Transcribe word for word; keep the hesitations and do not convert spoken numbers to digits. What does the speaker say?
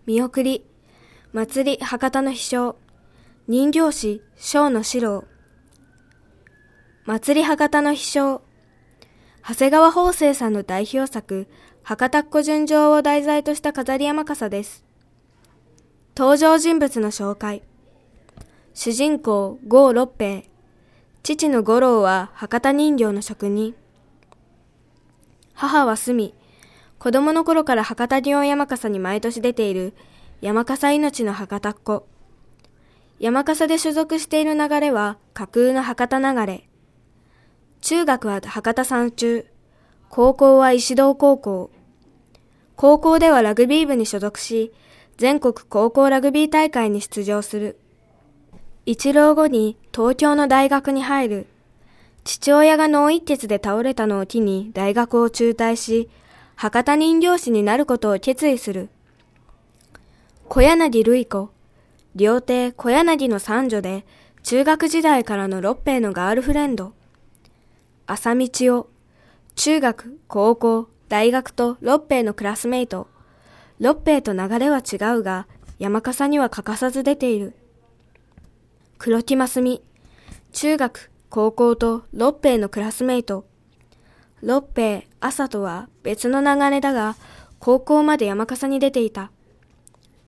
見送り、祭り博多の飛翔、人形師小野四郎。祭り博多の飛翔。長谷川法生さんの代表作、博多っ子純情を題材とした飾り山笠です。登場人物の紹介。主人公、郷六平。父の五郎は博多人形の職人。母は澄。子供の頃から博多祇園山笠に毎年出ている山笠命の博多っ子。山笠で所属している流れは架空の博多流れ。中学は博多三中。高校は石堂高校。高校ではラグビー部に所属し、全国高校ラグビー大会に出場する。一浪後に東京の大学に入る。父親が脳一血で倒れたのを機に大学を中退し、博多人形師になることを決意する。小柳瑠衣子。料亭小柳の三女で、中学時代からの六平のガールフレンド。浅見千代。中学、高校、大学と六平のクラスメイト。六平と流れは違うが、山笠には欠かさず出ている。黒木真澄。中学、高校と六平のクラスメイト。六平、朝とは別の流れだが、高校まで山笠に出ていた。